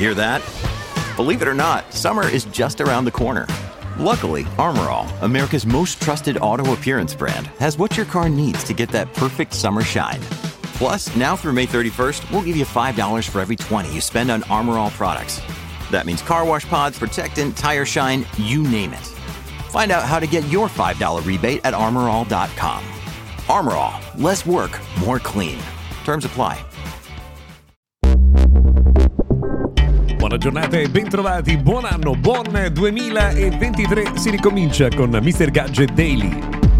Hear that? Believe it or not, summer is just around the corner. Luckily, Armor All, America's most trusted auto appearance brand, has what your car needs to get that perfect summer shine. Plus, now through May 31st, we'll give you $5 for every $20 you spend on Armor All products. That means car wash pods, protectant, tire shine, you name it. Find out how to get your $5 rebate at armorall.com. Armor All, less work, more clean. Terms apply. Buona giornata e bentrovati, buon anno, buon 2023. Si ricomincia con Mr. Gadget Daily.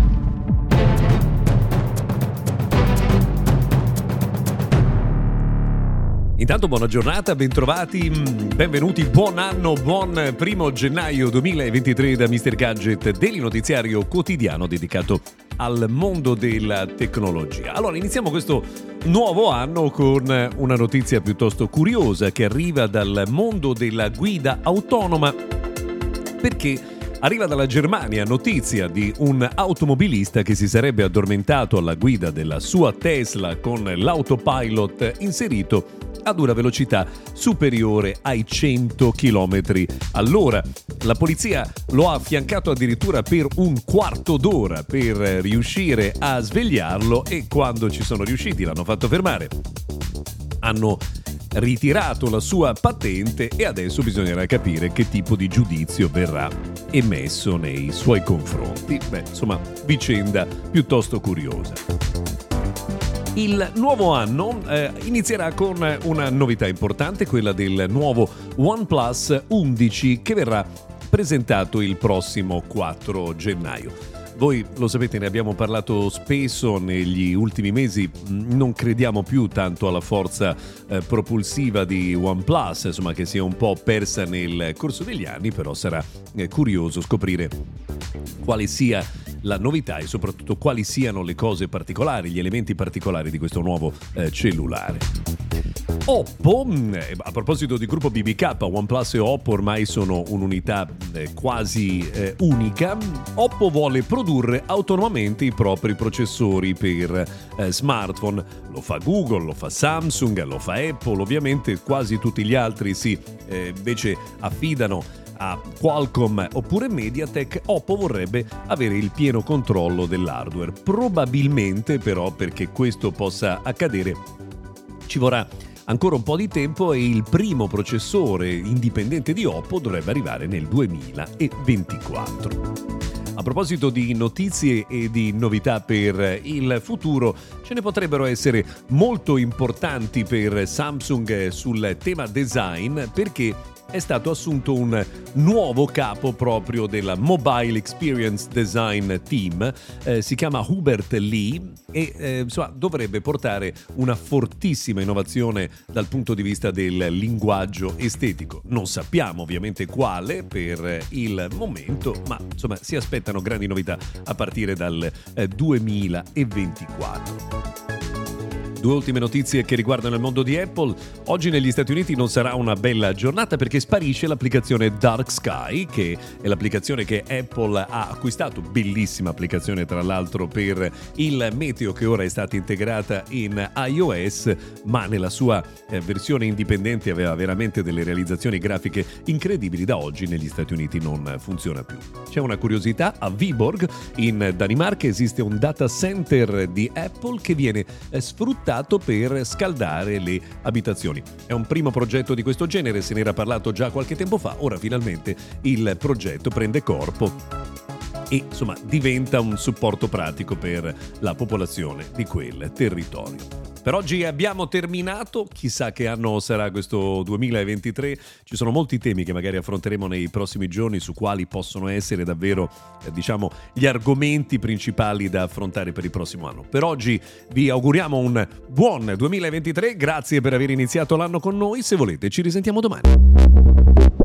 Intanto buona giornata, bentrovati, benvenuti, buon anno, buon 1 gennaio 2023 da Mr. Gadget Daily, notiziario quotidiano dedicato al mondo della tecnologia. Allora, iniziamo questo nuovo anno con una notizia piuttosto curiosa che arriva dal mondo della guida autonoma, perché arriva dalla Germania notizia di un automobilista che si sarebbe addormentato alla guida della sua Tesla con l'autopilot inserito ad una velocità superiore ai 100 km all'ora. La polizia lo ha affiancato addirittura per un quarto d'ora per riuscire a svegliarlo e quando ci sono riusciti l'hanno fatto fermare. Hanno ritirato la sua patente e adesso bisognerà capire che tipo di giudizio verrà emesso nei suoi confronti. Insomma, vicenda piuttosto curiosa. Il nuovo anno inizierà con una novità importante, quella del nuovo OnePlus 11 che verrà presentato il prossimo 4 gennaio. Voi lo sapete, ne abbiamo parlato spesso negli ultimi mesi, non crediamo più tanto alla forza propulsiva di OnePlus, insomma, che si è un po' persa nel corso degli anni, però sarà curioso scoprire quale sia la novità e soprattutto quali siano le cose particolari, gli elementi particolari di questo nuovo cellulare. Oppo, a proposito di gruppo BBK, OnePlus e Oppo ormai sono un'unità quasi unica. Oppo vuole produrre autonomamente i propri processori per smartphone. Lo fa Google, lo fa Samsung, lo fa Apple, ovviamente quasi tutti gli altri invece affidano a Qualcomm oppure MediaTek. Oppo vorrebbe avere il pieno controllo dell'hardware. Probabilmente però, perché questo possa accadere, ci vorrà ancora un po' di tempo e il primo processore indipendente di Oppo dovrebbe arrivare nel 2024. A proposito di notizie e di novità per il futuro, ce ne potrebbero essere molto importanti per Samsung sul tema design, perché è stato assunto un nuovo capo proprio della Mobile Experience Design Team, si chiama Hubert Lee e dovrebbe portare una fortissima innovazione dal punto di vista del linguaggio estetico. Non sappiamo ovviamente quale per il momento, ma insomma si aspettano grandi novità a partire dal 2024. Due ultime notizie che riguardano il mondo di Apple. Oggi negli Stati Uniti non sarà una bella giornata perché sparisce l'applicazione Dark Sky, che è l'applicazione che Apple ha acquistato, bellissima applicazione tra l'altro per il meteo, che ora è stata integrata in iOS, ma nella sua versione indipendente aveva veramente delle realizzazioni grafiche incredibili. Da oggi negli Stati Uniti non funziona più. C'è una curiosità: a Viborg in Danimarca esiste un data center di Apple che viene sfruttato per scaldare le abitazioni. È un primo progetto di questo genere, se ne era parlato già qualche tempo fa, ora finalmente il progetto prende corpo e insomma diventa un supporto pratico per la popolazione di quel territorio. Per oggi abbiamo terminato, chissà che anno sarà questo 2023, ci sono molti temi che magari affronteremo nei prossimi giorni su quali possono essere davvero gli argomenti principali da affrontare per il prossimo anno. Per oggi vi auguriamo un buon 2023, grazie per aver iniziato l'anno con noi, se volete ci risentiamo domani.